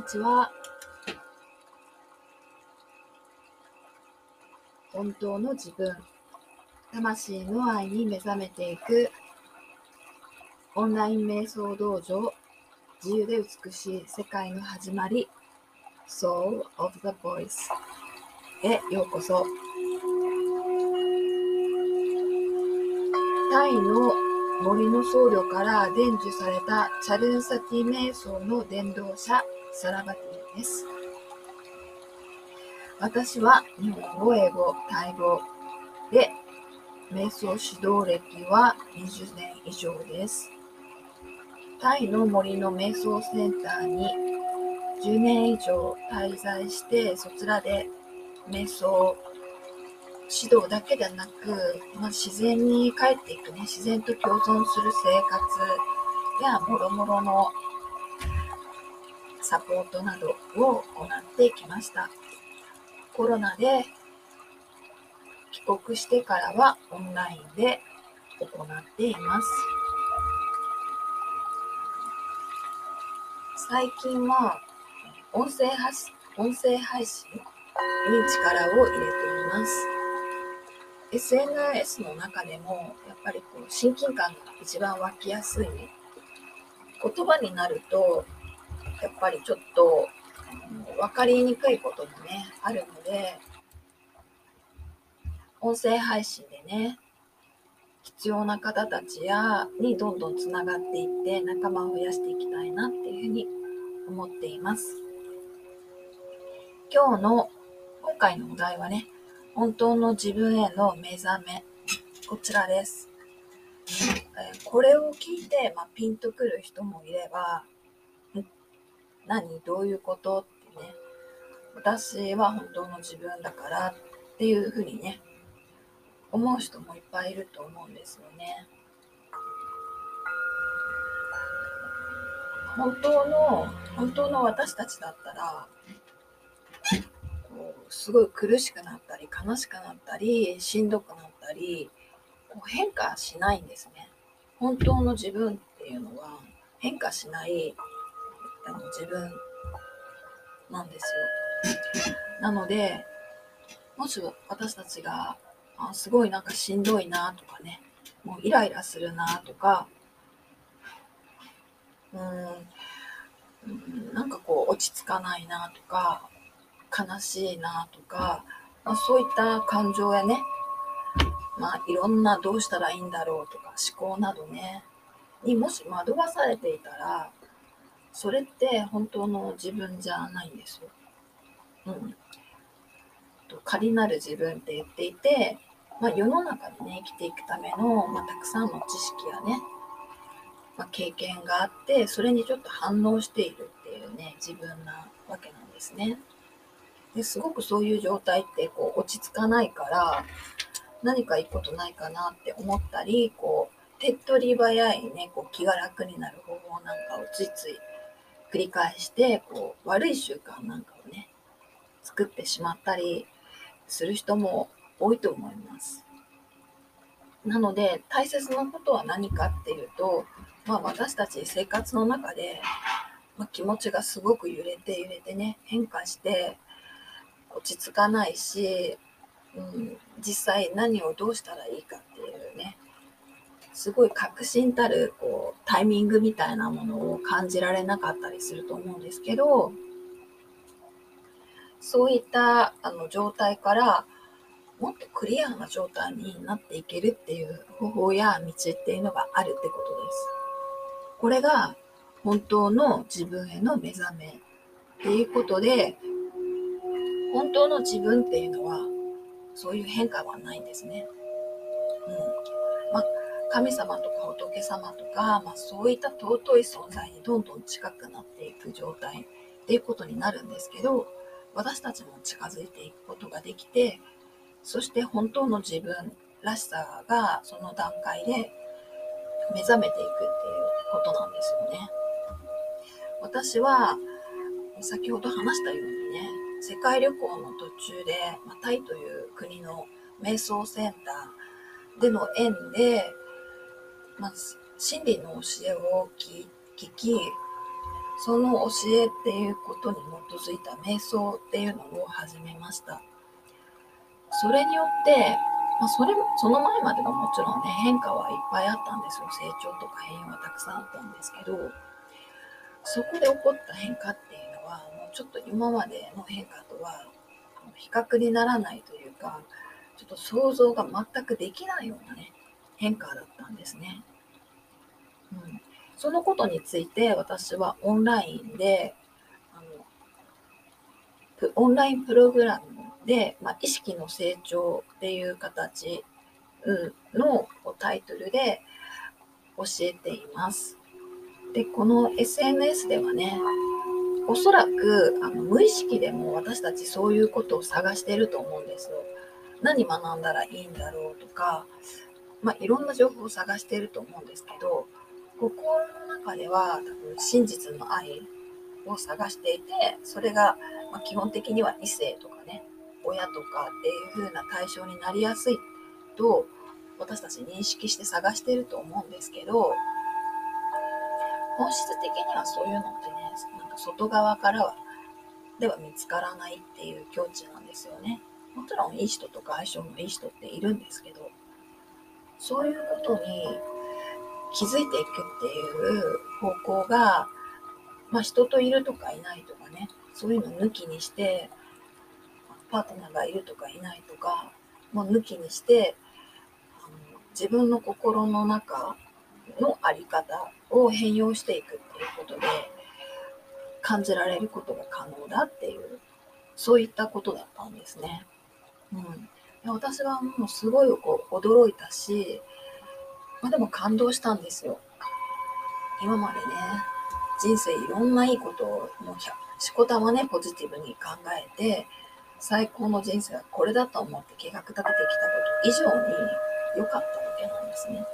にちは。本当の自分、魂の愛に目覚めていくオンライン瞑想道場、自由で美しい世界の始まり、Soul of the Voice へようこそ。タイの森の僧侶から伝授されたチャルンサティ瞑想の伝道者、サラバティです。私は日本語、英語、タイ語で瞑想指導歴は20年以上です。タイの森の瞑想センターに10年以上滞在して、そちらで瞑想指導だけでなく、自然に帰っていくね、自然と共存する生活やもろもろのサポートなどを行ってきました。コロナで帰国してからはオンラインで行っています。最近は音声配信に力を入れています。SNS の中でもやっぱり親近感が一番湧きやすいね。言葉になるとやっぱりちょっと分かりにくいこともねあるので、音声配信でね必要な方たちにどんどんつながっていって仲間を増やしていきたいなっていうふうに思っています。今回のお題はね、本当の自分への目覚め、こちらです。これを聞いて、ピンとくる人もいれば、どういうことってね、私は本当の自分だからっていうふうにね、思う人もいっぱいいると思うんですよね。本当の私たちだったら、すごい苦しくなったり悲しくなったりしんどくなったり変化しないんですね。本当の自分っていうのは変化しない自分なんですよ。なのでもし私たちがすごいしんどいなとかね、もうイライラするなとか、落ち着かないなとか悲しいなとか、そういった感情やね、いろんなどうしたらいいんだろうとか思考などねにもし惑わされていたら、それって本当の自分じゃないんですよ。仮なる自分って言っていて、世の中にね生きていくための、たくさんの知識やね、経験があって、それにちょっと反応しているっていうね自分なわけなんですね。ですごくそういう状態って落ち着かないから、何かいいことないかなって思ったり、手っ取り早いね気が楽になる方法なんかをついつい繰り返して、悪い習慣なんかをね作ってしまったりする人も多いと思います。なので大切なことは何かっていうと、私たち生活の中で、気持ちがすごく揺れてね変化して落ち着かないし、実際何をどうしたらいいかっていうね、すごい確信たるタイミングみたいなものを感じられなかったりすると思うんですけど、そういった状態からもっとクリアな状態になっていけるっていう方法や道っていうのがあるってことです。これが本当の自分への目覚めっていうことで、本当の自分っていうのはそういう変化はないんですね。神様とか仏様とか、そういった尊い存在にどんどん近くなっていく状態っていうことになるんですけど、私たちも近づいていくことができて、そして本当の自分らしさがその段階で目覚めていくっていうことなんですよね。私は先ほど話したようにね、世界旅行の途中で、タイという国の瞑想センターでの縁で、真理の教えを聞き、 その教えっていうことに基づいた瞑想っていうのを始めました。それによって、その前まではもちろんね、変化はいっぱいあったんですよ。成長とか変容はたくさんあったんですけど、そこで起こった変化っていうのは、もうちょっと今までの変化とは比較にならないというか、ちょっと想像が全くできないようなね、変化だったんですね。そのことについて私はオンラインで、オンラインプログラムで、意識の成長っていう形のタイトルで教えています。で、この SNS ではね、おそらく無意識でも私たちそういうことを探していると思うんですよ。何学んだらいいんだろうとか、いろんな情報を探していると思うんですけど、心の中では多分真実の愛を探していて、それが基本的には異性とかね、親とかっていう風な対象になりやすいと私たち認識して探していると思うんですけど、本質的にはそういうのってね、なんか外側からはでは見つからないっていう境地なんですよね。もちろんいい人とか相性のいい人っているんですけど、そういうことに気づいていくっていう方向が、人といるとかいないとかね、そういうの抜きにして、パートナーがいるとかいないとかも抜きにして、自分の心の中の在り方を変容していくっていうことで感じられることが可能だっていう、そういったことだったんですね。私はもうすごい驚いたし、でも感動したんですよ。今までね、人生いろんないいことをもうしこたまね、ポジティブに考えて、最高の人生はこれだと思って計画立ててきたこと以上に良かったわけなんですね。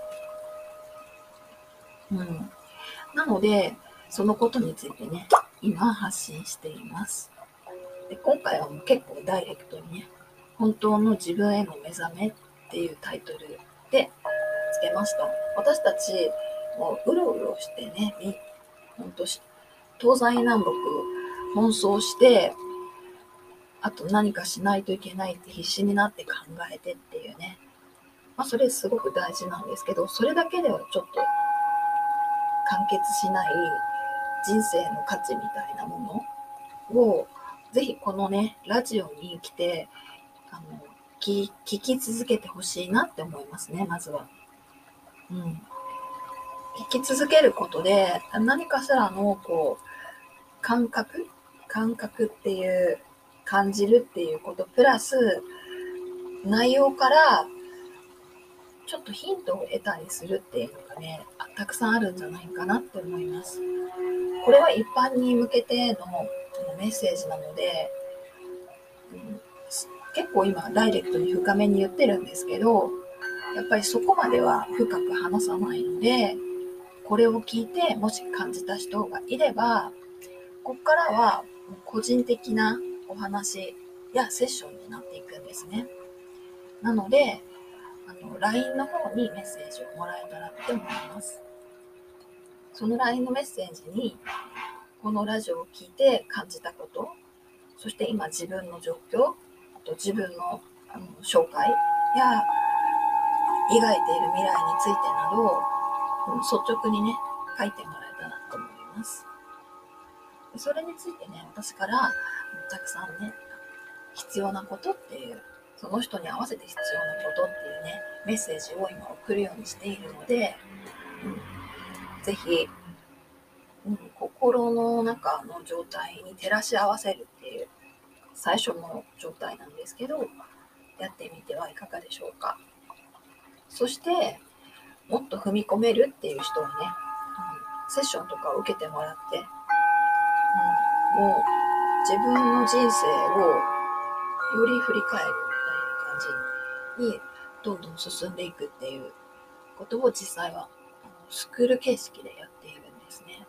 なので、そのことについてね、今発信しています。で、今回はもう結構ダイレクトにね、本当の自分への目覚めっていうタイトルでつけました。私たち、もううろうろしてね、本当東西南北奔走して、あと何かしないといけないって必死になって考えてっていうね。それすごく大事なんですけど、それだけではちょっと完結しない人生の価値みたいなものを、ぜひこのね、ラジオに来て、聞き続けてほしいなって思いますね、まずは。聞き続けることで、何かしらの感覚っていう、感じるっていうことプラス内容からちょっとヒントを得たりするっていうのがね、たくさんあるんじゃないかなって思います。これは一般に向けてのメッセージなので、結構今ダイレクトに深めに言ってるんですけど、やっぱりそこまでは深く話さないので、これを聞いてもし感じた人がいれば、ここからは個人的なお話やセッションになっていくんですね。なので、LINE の方にメッセージをもらえたらって思います。その LINE のメッセージに、このラジオを聞いて感じたこと、そして今自分の状況、あと自分の紹介や描いている未来についてなど、率直にね、書いてもらえたらと思います。それについてね、私からたくさんね、必要なことっていう、その人に合わせて必要なことっていうね、メッセージを今送るようにしているので、ぜひ、心の中の状態に照らし合わせるっていう最初の状態なんですけど、やってみてはいかがでしょうか。そしてもっと踏み込めるっていう人はね、セッションとかを受けてもらって、もう自分の人生をより振り返るみたいな感じにどんどん進んでいくっていうことを実際はスクール形式でやっているんですね。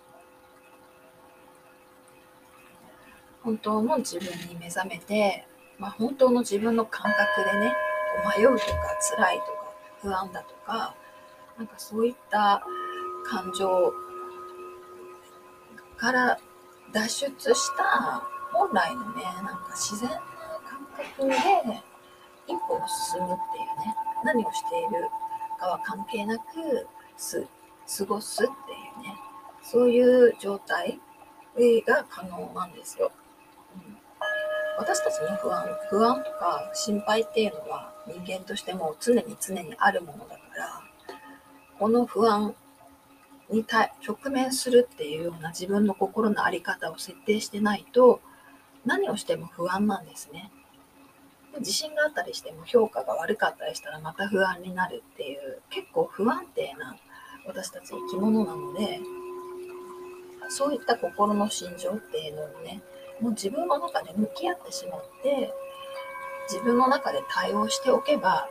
本当の自分に目覚めて、本当の自分の感覚でね、迷うとか辛いとか不安だとか、なんかそういった感から脱出した本来のね、なんか自然な感覚で一歩を進むっていうね、何をしているかは関係なく過ごすっていうね、そういう状態が可能なんですよ。私たちに不安とか心配っていうのは人間としても常にあるものだから、この不安に直面するっていうような自分の心の在り方を設定してないと、何をしても不安なんですね。自信があったりしても評価が悪かったりしたらまた不安になるっていう、結構不安定な私たち生き物なので、そういった心の心情っていうのをね、もう自分の中で向き合ってしまって、自分の中で対応しておけば、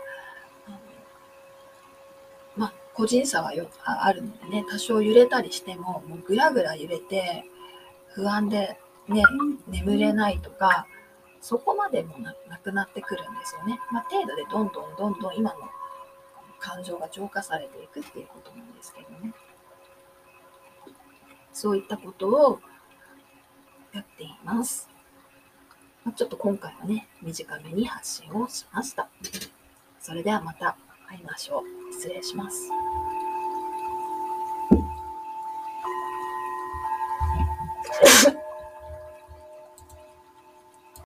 個人差はあるのでね、多少揺れたりしても、もうぐらぐら揺れて不安でね、眠れないとか、そこまでもなくなってくるんですよね。程度でどんどん今の感情が浄化されていくっていうことなんですけどね。そういったことをやっています。ちょっと今回はね、短めに発信をしました。それではまた会いましょう。失礼します。